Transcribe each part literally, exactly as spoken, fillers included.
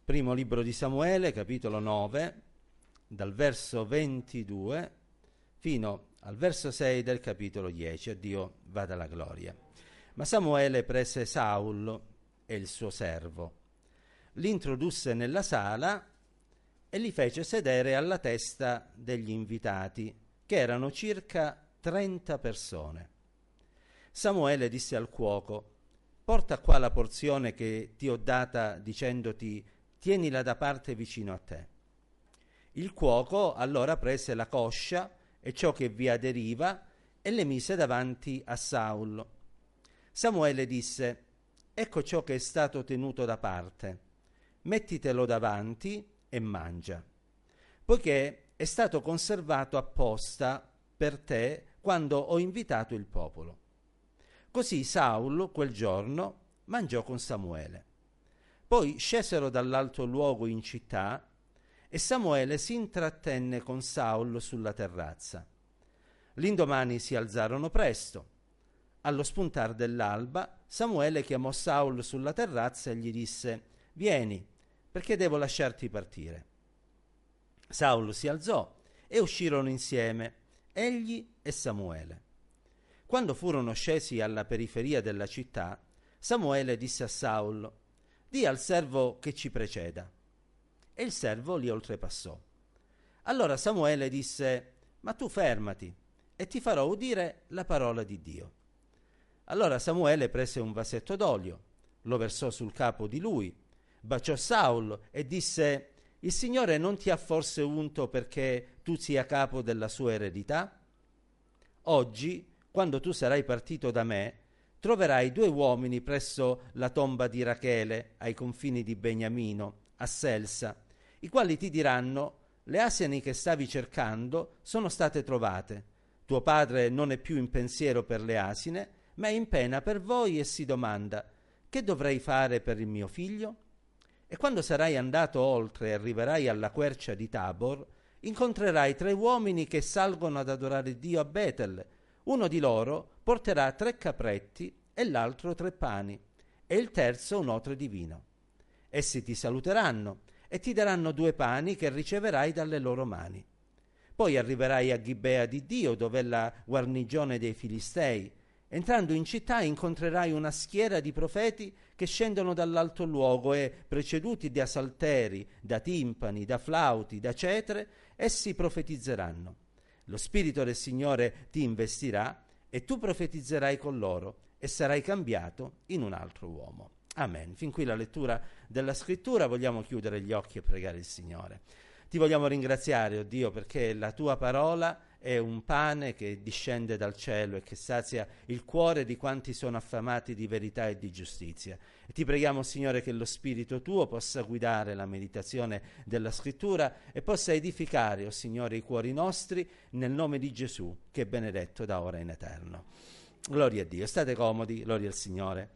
Primo libro di Samuele, capitolo nove, dal verso ventidue fino al verso sei del capitolo dieci. A Dio vada la gloria. Ma Samuele prese Saul e il suo servo, l'introdusse nella sala e li fece sedere alla testa degli invitati, che erano circa trenta persone. Samuele disse al cuoco: porta qua la porzione che ti ho data, dicendoti: tienila da parte vicino a te. Il cuoco allora prese la coscia e ciò che vi aderiva e le mise davanti a Saul. Samuele disse: ecco ciò che è stato tenuto da parte, mettitelo davanti e mangia, poiché è stato conservato apposta per te quando ho invitato il popolo. Così Saul quel giorno mangiò con Samuele. Poi scesero dall'alto luogo in città e Samuele si intrattenne con Saul sulla terrazza. L'indomani si alzarono presto. Allo spuntar dell'alba Samuele chiamò Saul sulla terrazza e gli disse: vieni, perché devo lasciarti partire. Saul si alzò e uscirono insieme, egli e Samuele. Quando furono scesi alla periferia della città, Samuele disse a Saul: di al servo che ci preceda. E il servo li oltrepassò. Allora Samuele disse: ma tu fermati, e ti farò udire la parola di Dio. Allora Samuele prese un vasetto d'olio, lo versò sul capo di lui, baciò Saul e disse: il Signore non ti ha forse unto perché tu sia capo della sua eredità? Oggi, quando tu sarai partito da me, troverai due uomini presso la tomba di Rachele, ai confini di Beniamino, a Selsa, i quali ti diranno: le asini che stavi cercando sono state trovate. Tuo padre non è più in pensiero per le asine, ma è in pena per voi e si domanda: che dovrei fare per il mio figlio? E quando sarai andato oltre e arriverai alla quercia di Tabor, incontrerai tre uomini che salgono ad adorare Dio a Betel. Uno di loro porterà tre capretti e l'altro tre pani, e il terzo un otre di vino. Essi ti saluteranno e ti daranno due pani che riceverai dalle loro mani. Poi arriverai a Gibea di Dio, dove è la guarnigione dei Filistei. Entrando in città incontrerai una schiera di profeti che scendono dall'alto luogo e, preceduti da salteri, da timpani, da flauti, da cetre, essi profetizzeranno. Lo Spirito del Signore ti investirà e tu profetizzerai con loro e sarai cambiato in un altro uomo. Amen. Fin qui la lettura della Scrittura. Vogliamo chiudere gli occhi e pregare il Signore. Ti vogliamo ringraziare, oh Dio, perché la tua parola è un pane che discende dal cielo e che sazia il cuore di quanti sono affamati di verità e di giustizia. E ti preghiamo, Signore, che lo Spirito tuo possa guidare la meditazione della Scrittura e possa edificare, oh Signore, i cuori nostri, nel nome di Gesù, che è benedetto da ora in eterno. Gloria a Dio. State comodi, gloria al Signore.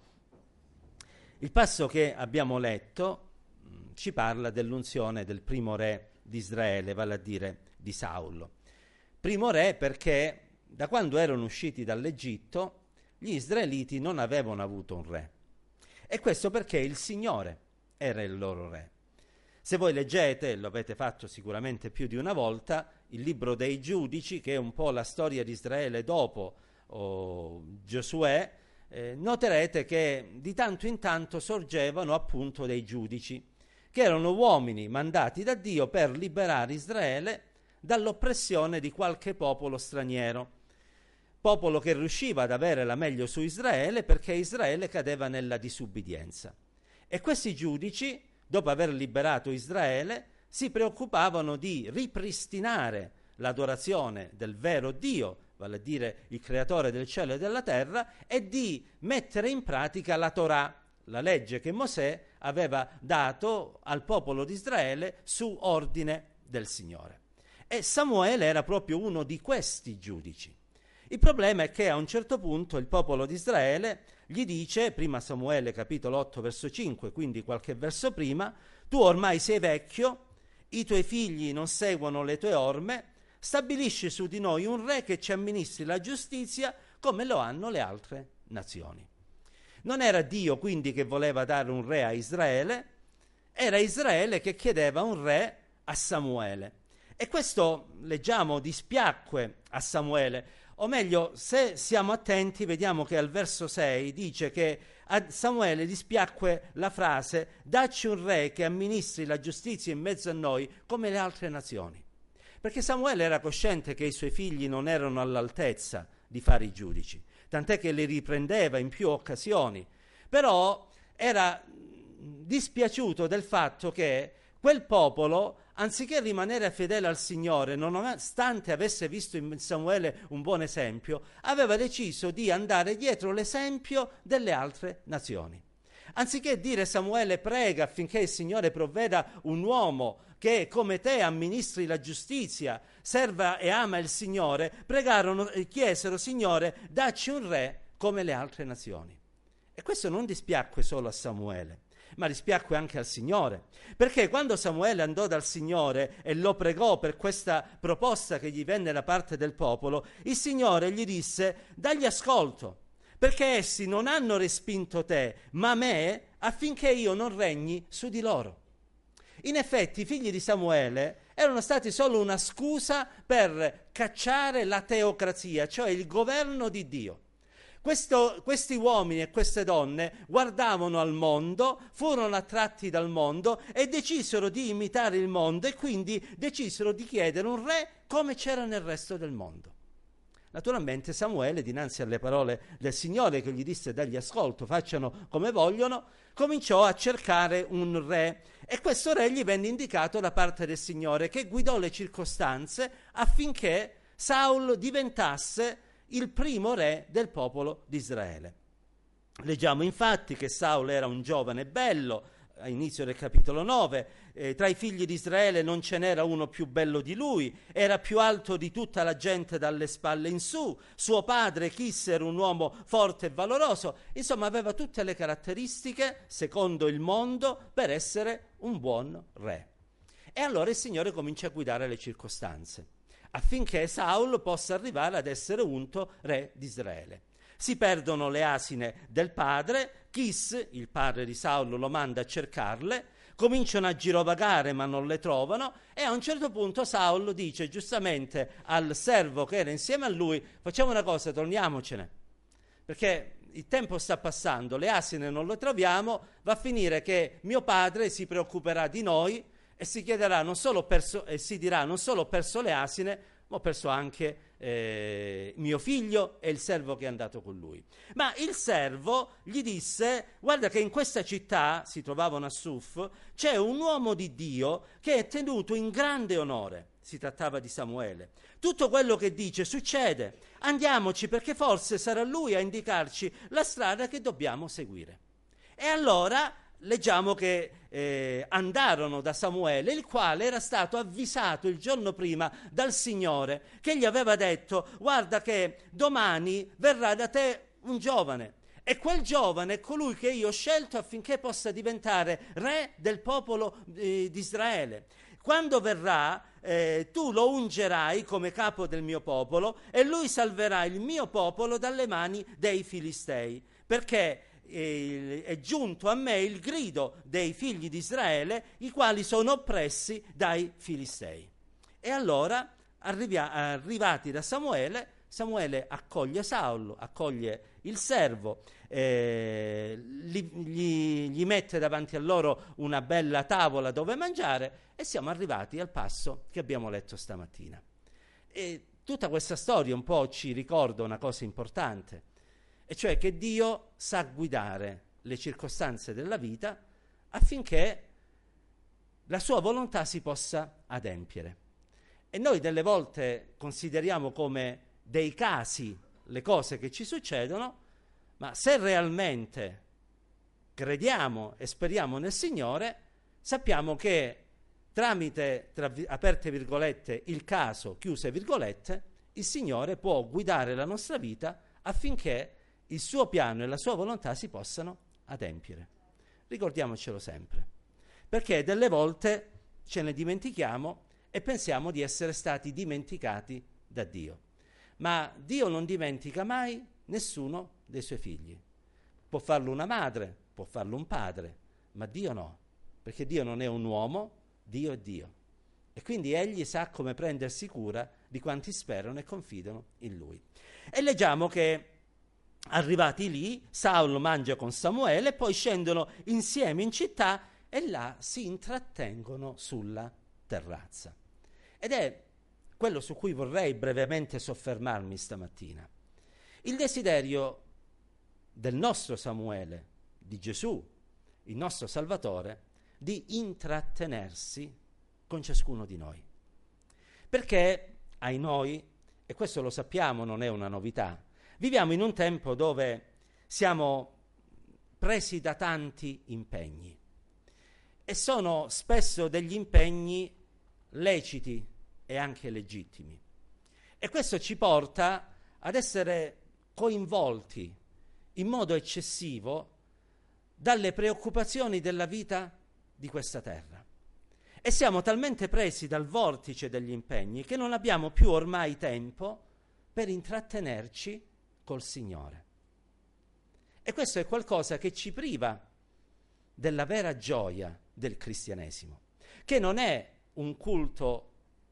Il passo che abbiamo letto mh, ci parla dell'unzione del primo re di Israele, vale a dire di Saulo. Primo re perché da quando erano usciti dall'Egitto gli israeliti non avevano avuto un re, e questo perché il Signore era il loro re. Se voi leggete, lo avete fatto sicuramente più di una volta, il libro dei Giudici, che è un po' la storia di Israele dopo oh, Giosuè, eh, noterete che di tanto in tanto sorgevano appunto dei giudici, che erano uomini mandati da Dio per liberare Israele dall'oppressione di qualche popolo straniero, popolo che riusciva ad avere la meglio su Israele perché Israele cadeva nella disubbidienza. E questi giudici, dopo aver liberato Israele, si preoccupavano di ripristinare l'adorazione del vero Dio, vale a dire il creatore del cielo e della terra, e di mettere in pratica la Torah, la legge che Mosè aveva dato al popolo di Israele su ordine del Signore. E Samuele era proprio uno di questi giudici. Il problema è che a un certo punto il popolo di Israele gli dice, prima Samuele capitolo otto verso cinque, quindi qualche verso prima: tu ormai sei vecchio, i tuoi figli non seguono le tue orme, stabilisci su di noi un re che ci amministri la giustizia come lo hanno le altre nazioni. Non era Dio quindi che voleva dare un re a Israele, Era Israele che chiedeva un re a Samuele. E questo, leggiamo, dispiacque a Samuele. O meglio, se siamo attenti, vediamo che al verso sei dice che a Samuele dispiacque la frase «Dacci un re che amministri la giustizia in mezzo a noi come le altre nazioni». Perché Samuele era cosciente che i suoi figli non erano all'altezza di fare i giudici, tant'è che li riprendeva in più occasioni. Però era dispiaciuto del fatto che quel popolo, anziché rimanere fedele al Signore, nonostante avesse visto in Samuele un buon esempio, aveva deciso di andare dietro l'esempio delle altre nazioni. Anziché dire Samuele prega affinché il Signore provveda un uomo che come te amministri la giustizia, serva e ama il Signore, pregarono e chiesero Signore dacci un re come le altre nazioni. E questo non dispiacque solo a Samuele, ma dispiacque anche al Signore, perché quando Samuele andò dal Signore e lo pregò per questa proposta che gli venne da parte del popolo, il Signore gli disse dagli ascolto, perché essi non hanno respinto te, ma me, affinché io non regni su di loro. In effetti i figli di Samuele erano stati solo una scusa per cacciare la teocrazia, cioè il governo di Dio. Questo, questi uomini e queste donne guardavano al mondo, furono attratti dal mondo e decisero di imitare il mondo e quindi decisero di chiedere un re come c'era nel resto del mondo. Naturalmente Samuele, dinanzi alle parole del Signore che gli disse dagli ascolto, facciano come vogliono, cominciò a cercare un re e questo re gli venne indicato da parte del Signore che guidò le circostanze affinché Saul diventasse il primo re del popolo di Israele. Leggiamo infatti che Saul era un giovane bello, all'inizio del capitolo nove, eh, tra i figli di Israele non ce n'era uno più bello di lui, era più alto di tutta la gente dalle spalle in su, suo padre Chis era un uomo forte e valoroso, insomma aveva tutte le caratteristiche, secondo il mondo, per essere un buon re. E allora il Signore comincia a guidare le circostanze, affinché Saul possa arrivare ad essere unto re di Israele. Si perdono le asine del padre, Chis, il padre di Saul, lo manda a cercarle, cominciano a girovagare ma non le trovano e a un certo punto Saul dice giustamente al servo che era insieme a lui, facciamo una cosa, torniamocene, perché il tempo sta passando, le asine non le troviamo, va a finire che mio padre si preoccuperà di noi e si chiederà non solo perso, e si dirà non solo ho perso le asine, ma ho perso anche eh, mio figlio e il servo che è andato con lui. Ma il servo gli disse, guarda che in questa città, si trovavano a Suf, c'è un uomo di Dio che è tenuto in grande onore. Si trattava di Samuele. Tutto quello che dice succede. Andiamoci perché forse sarà lui a indicarci la strada che dobbiamo seguire. E allora leggiamo che eh, andarono da Samuele, il quale era stato avvisato il giorno prima dal Signore, che gli aveva detto, guarda che domani verrà da te un giovane, e quel giovane è colui che io ho scelto affinché possa diventare re del popolo eh, di Israele. Quando verrà, eh, tu lo ungerai come capo del mio popolo, e lui salverà il mio popolo dalle mani dei Filistei, perché è giunto a me il grido dei figli di Israele, i quali sono oppressi dai Filistei. E allora, arrivia, arrivati da Samuele, Samuele accoglie Saulo, accoglie il servo, eh, gli, gli, gli mette davanti a loro una bella tavola dove mangiare e siamo arrivati al passo che abbiamo letto stamattina. E tutta questa storia un po' ci ricorda una cosa importante, e cioè che Dio sa guidare le circostanze della vita affinché la sua volontà si possa adempiere. E noi delle volte consideriamo come dei casi le cose che ci succedono, ma se realmente crediamo e speriamo nel Signore, sappiamo che tramite, tra aperte virgolette, il caso, chiuse virgolette, il Signore può guidare la nostra vita affinché il suo piano e la sua volontà si possano adempiere. Ricordiamocelo sempre, perché delle volte ce ne dimentichiamo e pensiamo di essere stati dimenticati da Dio. Ma Dio non dimentica mai nessuno dei suoi figli. Può farlo una madre, può farlo un padre, ma Dio no. perché Dio non è un uomo, Dio è Dio. E quindi egli sa come prendersi cura di quanti sperano e confidano in lui. E leggiamo che arrivati lì, Saulo mangia con Samuele e poi scendono insieme in città e là si intrattengono sulla terrazza. Ed è quello su cui vorrei brevemente soffermarmi stamattina. Il desiderio del nostro Samuele, di Gesù, il nostro Salvatore, di intrattenersi con ciascuno di noi. Perché ai noi, e questo lo sappiamo, non è una novità, viviamo in un tempo dove siamo presi da tanti impegni e sono spesso degli impegni leciti e anche legittimi. E questo ci porta ad essere coinvolti in modo eccessivo dalle preoccupazioni della vita di questa terra. E siamo talmente presi dal vortice degli impegni che non abbiamo più ormai tempo per intrattenerci col Signore. E questo è qualcosa che ci priva della vera gioia del cristianesimo, che non è un culto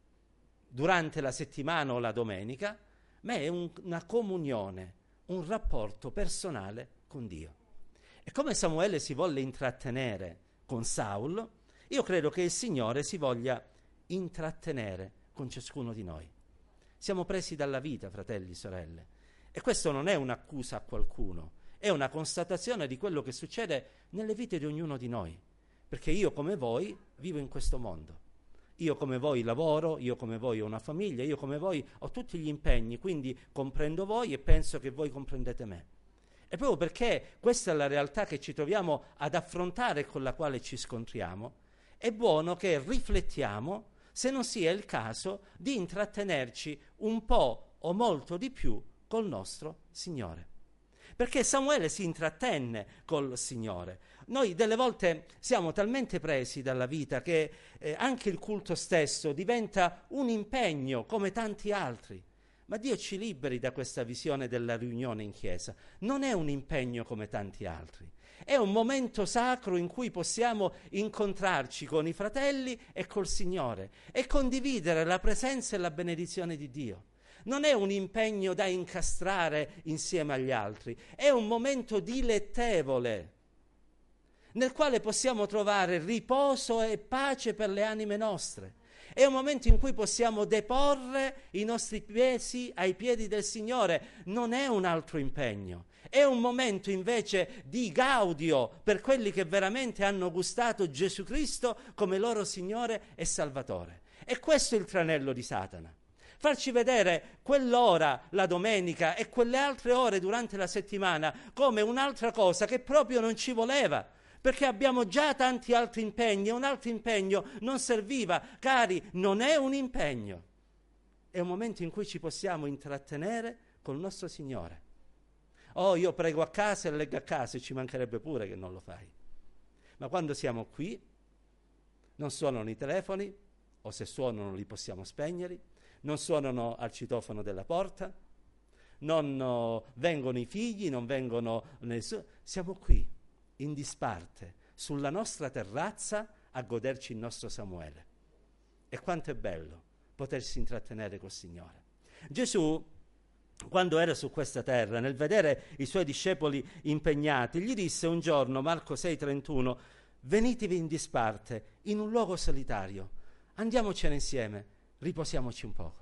durante la settimana o la domenica, ma è un, una comunione, un rapporto personale con Dio. E come Samuele si volle intrattenere con Saulo, io credo che il Signore si voglia intrattenere con ciascuno di noi. Siamo presi dalla vita, fratelli e sorelle, e questo non è un'accusa a qualcuno, è una constatazione di quello che succede nelle vite di ognuno di noi, perché io come voi vivo in questo mondo. Io come voi lavoro, io come voi ho una famiglia, io come voi ho tutti gli impegni, quindi comprendo voi e penso che voi comprendete me. E proprio perché questa è la realtà che ci troviamo ad affrontare e con la quale ci scontriamo, è buono che riflettiamo se non sia il caso di intrattenerci un po' o molto di più col nostro Signore. Perché Samuele si intrattenne col Signore. Noi delle volte siamo talmente presi dalla vita che eh, anche il culto stesso diventa un impegno come tanti altri. Ma Dio ci liberi da questa visione della riunione in chiesa. Non è un impegno come tanti altri. È un momento sacro in cui possiamo incontrarci con i fratelli e col Signore e condividere la presenza e la benedizione di Dio. Non è un impegno da incastrare insieme agli altri, è un momento dilettevole nel quale possiamo trovare riposo e pace per le anime nostre. È un momento in cui possiamo deporre i nostri pesi ai piedi del Signore, non è un altro impegno. È un momento invece di gaudio per quelli che veramente hanno gustato Gesù Cristo come loro Signore e Salvatore. E questo è il tranello di Satana. Farci vedere quell'ora la domenica e quelle altre ore durante la settimana come un'altra cosa che proprio non ci voleva, perché abbiamo già tanti altri impegni e un altro impegno non serviva. Cari, non è un impegno, è un momento in cui ci possiamo intrattenere col nostro Signore. Oh, io prego a casa e leggo a casa, e ci mancherebbe pure che non lo fai. Ma quando siamo qui, non suonano i telefoni, o se suonano li possiamo spegnere, non suonano al citofono della porta, non uh, vengono i figli, non vengono nessuno. Siamo qui, in disparte, sulla nostra terrazza a goderci il nostro Samuele. E quanto è bello potersi intrattenere col Signore. Gesù, quando era su questa terra, nel vedere i suoi discepoli impegnati, gli disse un giorno, Marco sei trentuno, venitevi in disparte, in un luogo solitario, andiamocene insieme, riposiamoci un poco.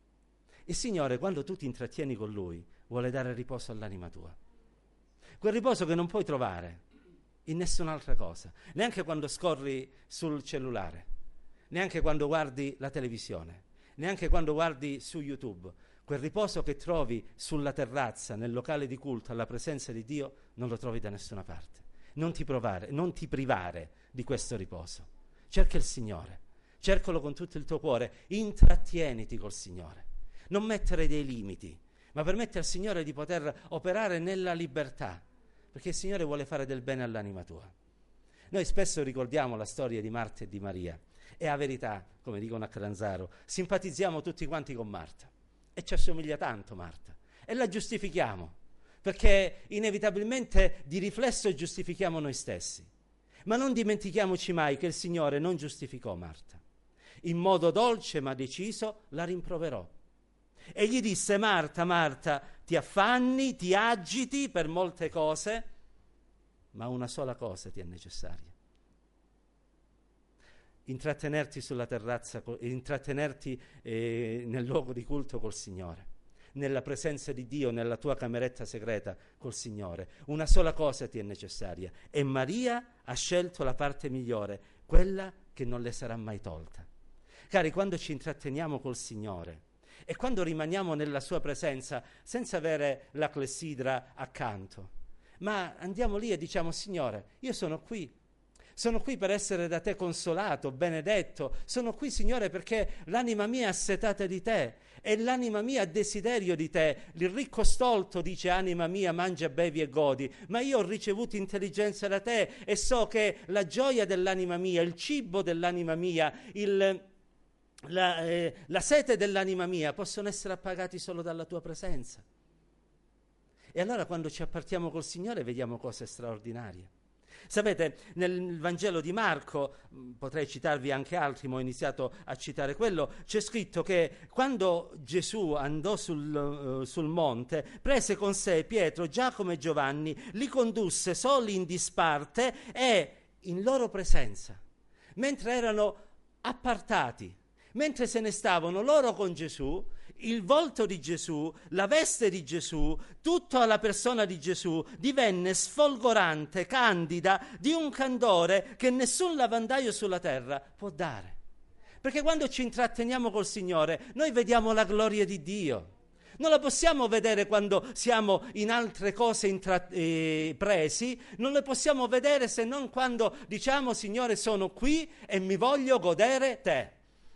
Il Signore, quando tu ti intrattieni con Lui, vuole dare riposo all'anima tua. Quel riposo che non puoi trovare in nessun'altra cosa, neanche quando scorri sul cellulare, neanche quando guardi la televisione, neanche quando guardi su YouTube. Quel riposo che trovi sulla terrazza, nel locale di culto, alla presenza di Dio, non lo trovi da nessuna parte. Non ti provare, non ti privare di questo riposo. Cerca il Signore. Cercalo con tutto il tuo cuore, intrattieniti col Signore, non mettere dei limiti, ma permette al Signore di poter operare nella libertà, perché il Signore vuole fare del bene all'anima tua. Noi spesso ricordiamo la storia di Marta e di Maria e a verità, come dicono a Catanzaro, simpatizziamo tutti quanti con Marta e ci assomiglia tanto Marta e la giustifichiamo, perché inevitabilmente di riflesso giustifichiamo noi stessi. Ma non dimentichiamoci mai che il Signore non giustificò Marta. In modo dolce ma deciso la rimproverò. E gli disse: Marta, Marta, ti affanni, ti agiti per molte cose, ma una sola cosa ti è necessaria. Intrattenerti sulla terrazza, intrattenerti eh, nel luogo di culto col Signore, nella presenza di Dio, nella tua cameretta segreta col Signore. Una sola cosa ti è necessaria. E Maria ha scelto la parte migliore, quella che non le sarà mai tolta. Cari, quando ci intratteniamo col Signore e quando rimaniamo nella sua presenza senza avere la clessidra accanto, ma andiamo lì e diciamo: Signore, io sono qui, sono qui per essere da te consolato, benedetto, sono qui, Signore, perché l'anima mia è assetata di te e l'anima mia ha desiderio di te. Il ricco stolto dice: anima mia, mangia, bevi e godi, ma io ho ricevuto intelligenza da te e so che la gioia dell'anima mia, il cibo dell'anima mia, il... La, eh, la sete dell'anima mia possono essere appagati solo dalla tua presenza. E allora quando ci appartiamo col Signore vediamo cose straordinarie. Sapete, nel Vangelo di Marco, potrei citarvi anche altri, ma ho iniziato a citare quello, c'è scritto che quando Gesù andò sul, uh, sul monte, prese con sé Pietro, Giacomo e Giovanni, li condusse soli in disparte e in loro presenza, mentre erano appartati, mentre se ne stavano loro con Gesù, il volto di Gesù, la veste di Gesù, tutta la persona di Gesù divenne sfolgorante, candida, di un candore che nessun lavandaio sulla terra può dare. Perché quando ci intratteniamo col Signore, noi vediamo la gloria di Dio. Non la possiamo vedere quando siamo in altre cose intra- eh, presi, non le possiamo vedere se non quando diciamo: Signore, sono qui e mi voglio godere te.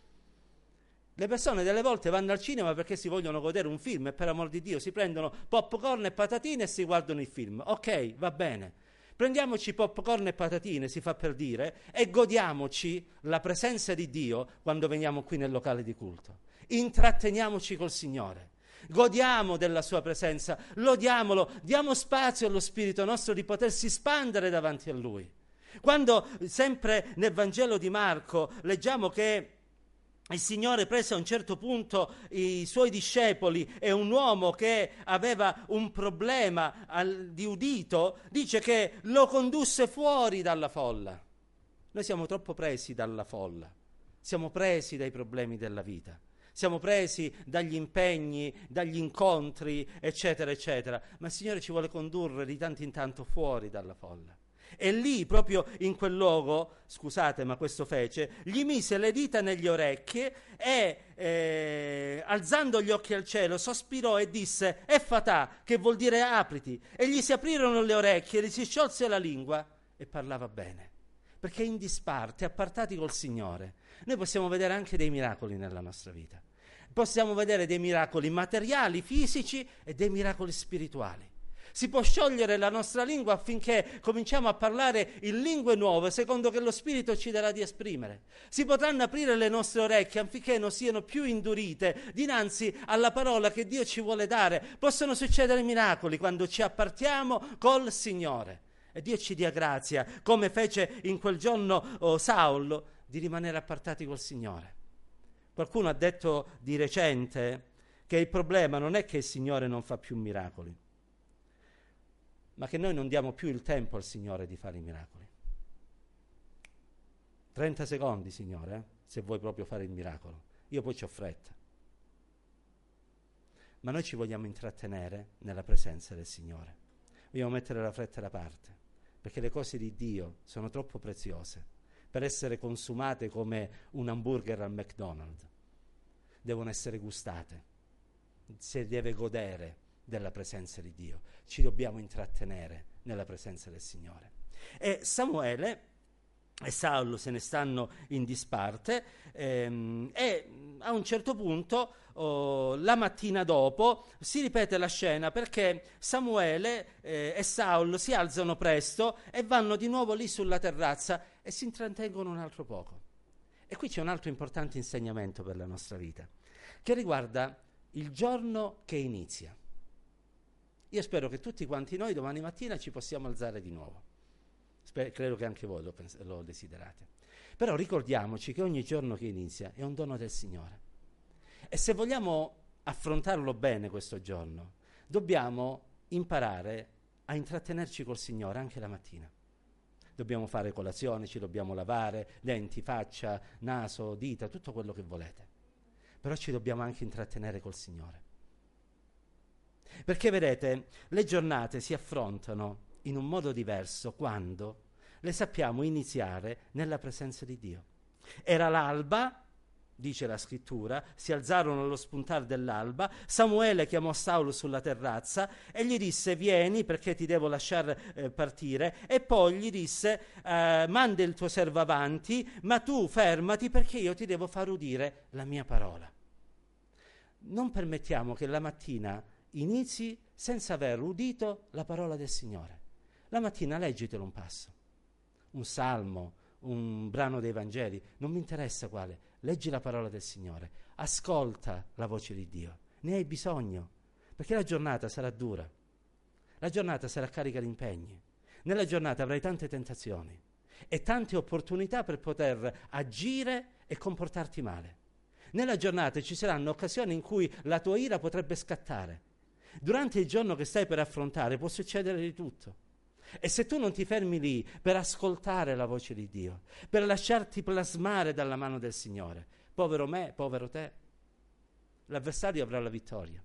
Le persone delle volte vanno al cinema perché si vogliono godere un film e per amor di Dio si prendono popcorn e patatine e si guardano il film. Ok, va bene. Prendiamoci popcorn e patatine, si fa per dire, e godiamoci la presenza di Dio quando veniamo qui nel locale di culto. Intratteniamoci col Signore. Godiamo della sua presenza, lodiamolo, diamo spazio allo Spirito nostro di potersi spandere davanti a Lui. Quando sempre nel Vangelo di Marco leggiamo che il Signore prese a un certo punto i suoi discepoli e un uomo che aveva un problema al, di udito, dice che lo condusse fuori dalla folla. Noi siamo troppo presi dalla folla, siamo presi dai problemi della vita, siamo presi dagli impegni, dagli incontri, eccetera, eccetera, ma il Signore ci vuole condurre di tanto in tanto fuori dalla folla. E lì, proprio in quel luogo, scusate ma questo fece, gli mise le dita negli orecchi e eh, alzando gli occhi al cielo sospirò e disse: Effatà, che vuol dire apriti. E gli si aprirono le orecchie, gli si sciolse la lingua e parlava bene. Perché in disparte, appartati col Signore, noi possiamo vedere anche dei miracoli nella nostra vita. Possiamo vedere dei miracoli materiali, fisici e dei miracoli spirituali. Si può sciogliere la nostra lingua affinché cominciamo a parlare in lingue nuove, secondo che lo Spirito ci darà di esprimere. Si potranno aprire le nostre orecchie affinché non siano più indurite dinanzi alla parola che Dio ci vuole dare. Possono succedere miracoli quando ci appartiamo col Signore. E Dio ci dia grazia, come fece in quel giorno oh, Saulo, di rimanere appartati col Signore. Qualcuno ha detto di recente che il problema non è che il Signore non fa più miracoli, ma che noi non diamo più il tempo al Signore di fare i miracoli. trenta secondi, Signore, eh, se vuoi proprio fare il miracolo. Io poi c'ho fretta. Ma noi ci vogliamo intrattenere nella presenza del Signore. Vogliamo mettere la fretta da parte, perché le cose di Dio sono troppo preziose per essere consumate come un hamburger al McDonald's. Devono essere gustate. Si deve godere della presenza di Dio. Ci dobbiamo intrattenere nella presenza del Signore. E Samuele e Saulo se ne stanno in disparte ehm, e a un certo punto oh, la mattina dopo si ripete la scena, perché Samuele eh, e Saulo si alzano presto e vanno di nuovo lì sulla terrazza e si intrattengono un altro poco. E qui c'è un altro importante insegnamento per la nostra vita, che riguarda il giorno che inizia. Io spero che tutti quanti noi domani mattina ci possiamo alzare di nuovo. Sper- credo che anche voi lo, pens- lo desiderate. Però ricordiamoci che ogni giorno che inizia è un dono del Signore. E se vogliamo affrontarlo bene questo giorno, dobbiamo imparare a intrattenerci col Signore anche la mattina. Dobbiamo fare colazione, ci dobbiamo lavare, denti, faccia, naso, dita, tutto quello che volete. Però ci dobbiamo anche intrattenere col Signore. Perché vedete, le giornate si affrontano in un modo diverso quando le sappiamo iniziare nella presenza di Dio. Era l'alba, dice la scrittura, si alzarono allo spuntar dell'alba, Samuele chiamò Saulo sulla terrazza e gli disse vieni perché ti devo lasciare eh, partire, e poi gli disse eh, manda il tuo servo avanti, ma tu fermati perché io ti devo far udire la mia parola. Non permettiamo che la mattina inizi senza aver udito la parola del Signore. La mattina leggitelo un passo, un salmo, un brano dei Vangeli, non mi interessa quale, leggi la parola del Signore, ascolta la voce di Dio, ne hai bisogno, perché la giornata sarà dura, la giornata sarà carica di impegni, nella giornata avrai tante tentazioni e tante opportunità per poter agire e comportarti male. Nella giornata ci saranno occasioni in cui la tua ira potrebbe scattare. Durante il giorno che stai per affrontare può succedere di tutto. E se tu non ti fermi lì per ascoltare la voce di Dio, per lasciarti plasmare dalla mano del Signore, povero me, povero te, l'avversario avrà la vittoria.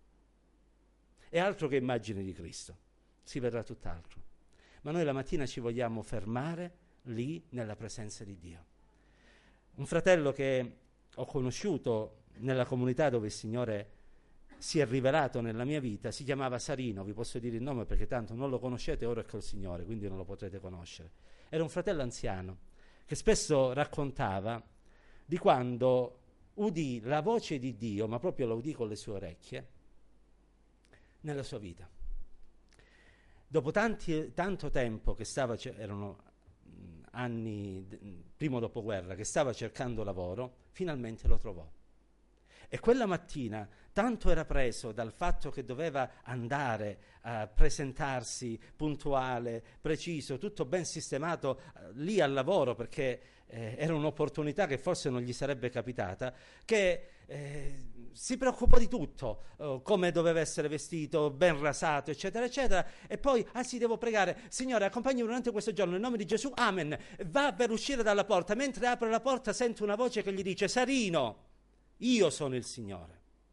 È altro che immagine di Cristo, si vedrà tutt'altro. Ma noi la mattina ci vogliamo fermare lì nella presenza di Dio. Un fratello che ho conosciuto nella comunità dove il Signore si è rivelato nella mia vita, si chiamava Sarino, vi posso dire il nome perché tanto non lo conoscete, ora è col Signore, quindi non lo potrete conoscere. Era un fratello anziano che spesso raccontava di quando udì la voce di Dio, ma proprio la udì con le sue orecchie, nella sua vita. Dopo tanti, tanto tempo che stava, erano anni, primo dopoguerra, che stava cercando lavoro, finalmente lo trovò. E quella mattina tanto era preso dal fatto che doveva andare a presentarsi puntuale, preciso, tutto ben sistemato eh, lì al lavoro, perché eh, era un'opportunità che forse non gli sarebbe capitata, che eh, si preoccupò di tutto, eh, come doveva essere vestito, ben rasato, eccetera, eccetera, e poi, ah sì, devo pregare, Signore, accompagnami durante questo giorno, nel nome di Gesù, amen. Va per uscire dalla porta, mentre apre la porta sente una voce che gli dice, Sarino, io sono il Signore.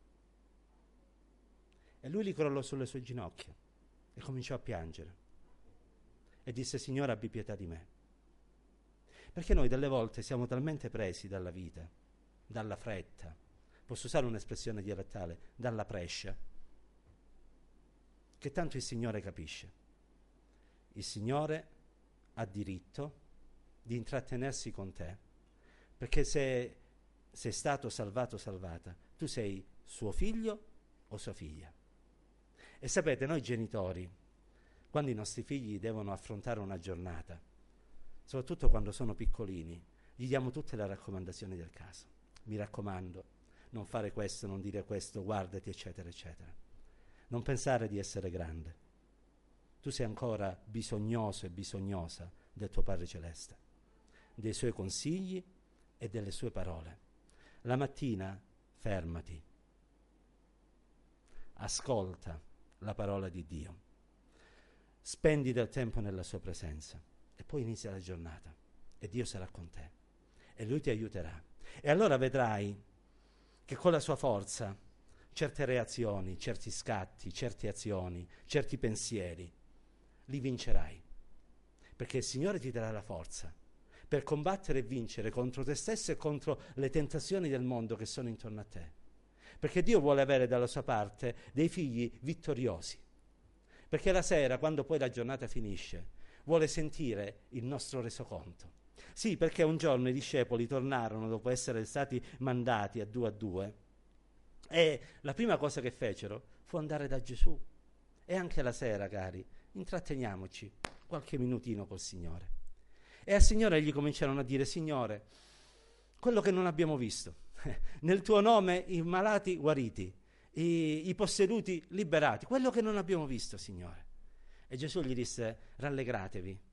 E lui gli crollò sulle sue ginocchia e cominciò a piangere e disse, Signore, abbi pietà di me. Perché noi delle volte siamo talmente presi dalla vita, dalla fretta, posso usare un'espressione dialettale, dalla prescia, che tanto il Signore capisce. Il Signore ha diritto di intrattenersi con te, perché se sei stato salvato o salvata, tu sei suo figlio o sua figlia. E sapete, noi genitori, quando i nostri figli devono affrontare una giornata, soprattutto quando sono piccolini, gli diamo tutte le raccomandazioni del caso. Mi raccomando, non fare questo, non dire questo, guardati, eccetera, eccetera. Non pensare di essere grande. Tu sei ancora bisognoso e bisognosa del tuo Padre Celeste, dei suoi consigli e delle sue parole. La mattina fermati, ascolta la parola di Dio, spendi del tempo nella sua presenza e poi inizia la giornata e Dio sarà con te e Lui ti aiuterà. E allora vedrai che con la sua forza certe reazioni, certi scatti, certe azioni, certi pensieri li vincerai, perché il Signore ti darà la forza per combattere e vincere contro te stesso e contro le tentazioni del mondo che sono intorno a te. Perché Dio vuole avere dalla sua parte dei figli vittoriosi. Perché la sera, quando poi la giornata finisce, vuole sentire il nostro resoconto. Sì, perché un giorno i discepoli tornarono dopo essere stati mandati a due a due e la prima cosa che fecero fu andare da Gesù. E anche la sera, cari, intratteniamoci qualche minutino col Signore. E al Signore gli cominciarono a dire, Signore, quello che non abbiamo visto, nel tuo nome i malati guariti, i, i posseduti liberati, quello che non abbiamo visto, Signore. E Gesù gli disse, rallegratevi,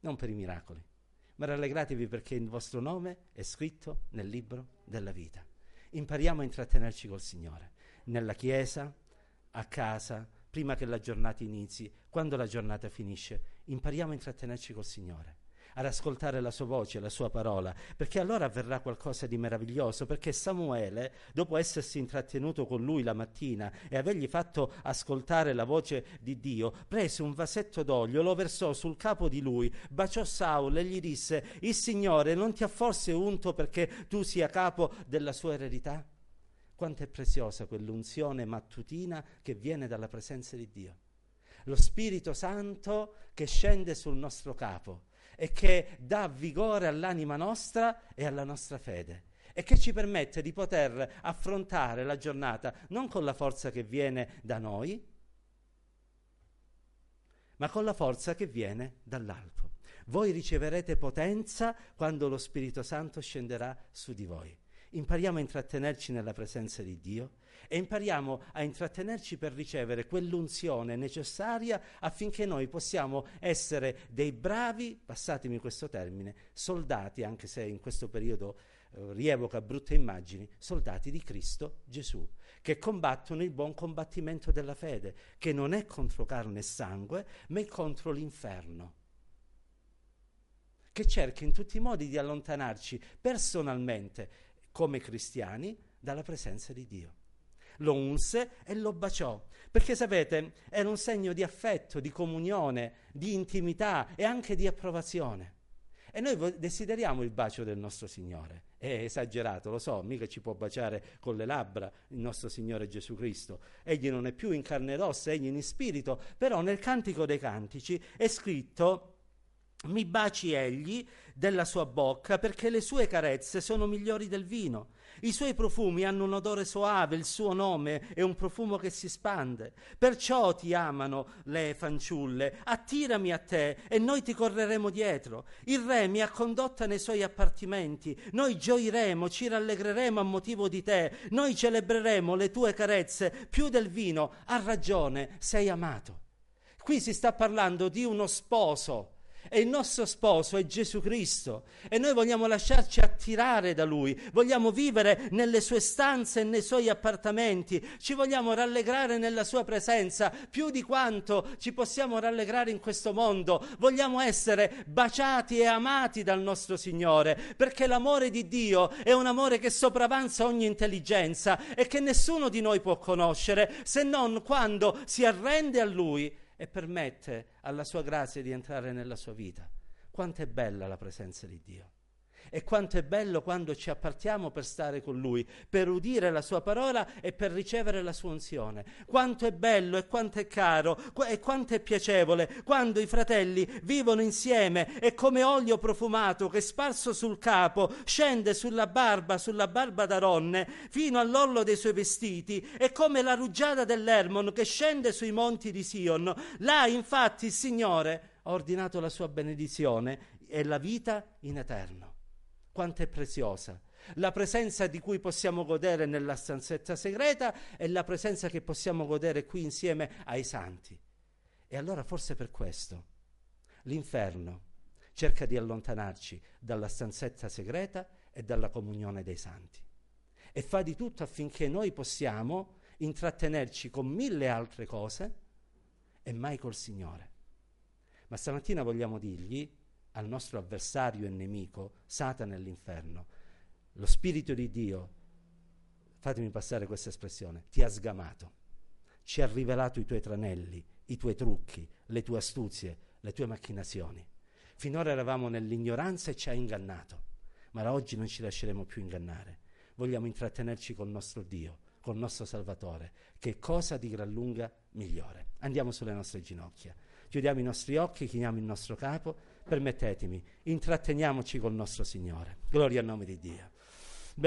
non per i miracoli, ma rallegratevi perché il vostro nome è scritto nel libro della vita. Impariamo a intrattenerci col Signore, nella chiesa, a casa, prima che la giornata inizi, quando la giornata finisce. Impariamo a intrattenerci col Signore, ad ascoltare la sua voce, la sua parola, perché allora avverrà qualcosa di meraviglioso, perché Samuele, dopo essersi intrattenuto con lui la mattina e avergli fatto ascoltare la voce di Dio, prese un vasetto d'olio, lo versò sul capo di lui, baciò Saul e gli disse: il Signore non ti ha forse unto perché tu sia capo della sua eredità? Quanto è preziosa quell'unzione mattutina che viene dalla presenza di Dio. Lo Spirito Santo che scende sul nostro capo e che dà vigore all'anima nostra e alla nostra fede e che ci permette di poter affrontare la giornata non con la forza che viene da noi, ma con la forza che viene dall'alto. Voi riceverete potenza quando lo Spirito Santo scenderà su di voi. Impariamo a intrattenerci nella presenza di Dio e impariamo a intrattenerci per ricevere quell'unzione necessaria affinché noi possiamo essere dei bravi, passatemi questo termine, soldati, anche se in questo periodo eh, rievoca brutte immagini, soldati di Cristo Gesù, che combattono il buon combattimento della fede, che non è contro carne e sangue, ma è contro l'inferno, che cerca in tutti i modi di allontanarci personalmente come cristiani dalla presenza di Dio. Lo unse e lo baciò, perché sapete, era un segno di affetto, di comunione, di intimità e anche di approvazione. E noi desideriamo il bacio del nostro Signore. È esagerato, lo so, mica ci può baciare con le labbra il nostro Signore Gesù Cristo. Egli non è più in carne ed ossa, egli in spirito, però nel Cantico dei Cantici è scritto: mi baci egli della sua bocca, perché le sue carezze sono migliori del vino. I suoi profumi hanno un odore soave, il suo nome è un profumo che si spande. Perciò ti amano le fanciulle, attirami a te e noi ti correremo dietro. Il re mi ha condotta nei suoi appartimenti, noi gioiremo, ci rallegreremo a motivo di te, noi celebreremo le tue carezze più del vino. Ha ragione, sei amato. Qui si sta parlando di uno sposo. E il nostro sposo è Gesù Cristo e noi vogliamo lasciarci attirare da Lui, vogliamo vivere nelle sue stanze e nei suoi appartamenti, ci vogliamo rallegrare nella sua presenza più di quanto ci possiamo rallegrare in questo mondo. Vogliamo essere baciati e amati dal nostro Signore, perché l'amore di Dio è un amore che sopravanza ogni intelligenza e che nessuno di noi può conoscere se non quando si arrende a Lui e permette alla sua grazia di entrare nella sua vita. Quanto è bella la presenza di Dio e quanto è bello quando ci appartiamo per stare con Lui, per udire la sua parola e per ricevere la sua unzione. Quanto è bello e quanto è caro e quanto è piacevole quando i fratelli vivono insieme e come olio profumato che sparso sul capo scende sulla barba, sulla barba d'Aronne fino all'orlo dei suoi vestiti, e come la rugiada dell'Hermon che scende sui monti di Sion. Là infatti il Signore ha ordinato la sua benedizione e la vita in eterno. Quanto è preziosa la presenza di cui possiamo godere nella stanzetta segreta e la presenza che possiamo godere qui insieme ai santi. E allora forse per questo l'inferno cerca di allontanarci dalla stanzetta segreta e dalla comunione dei santi e fa di tutto affinché noi possiamo intrattenerci con mille altre cose e mai col Signore. Ma stamattina vogliamo dirgli al nostro avversario e nemico, Satana e l'inferno: lo Spirito di Dio, fatemi passare questa espressione, ti ha sgamato, ci ha rivelato i tuoi tranelli, i tuoi trucchi, le tue astuzie, le tue macchinazioni. Finora eravamo nell'ignoranza e ci ha ingannato, ma da oggi non ci lasceremo più ingannare. Vogliamo intrattenerci col nostro Dio, col nostro Salvatore, che è cosa di gran lunga migliore. Andiamo sulle nostre ginocchia, chiudiamo i nostri occhi, chiniamo il nostro capo. Permettetemi, intratteniamoci col nostro Signore. Gloria al nome di Dio.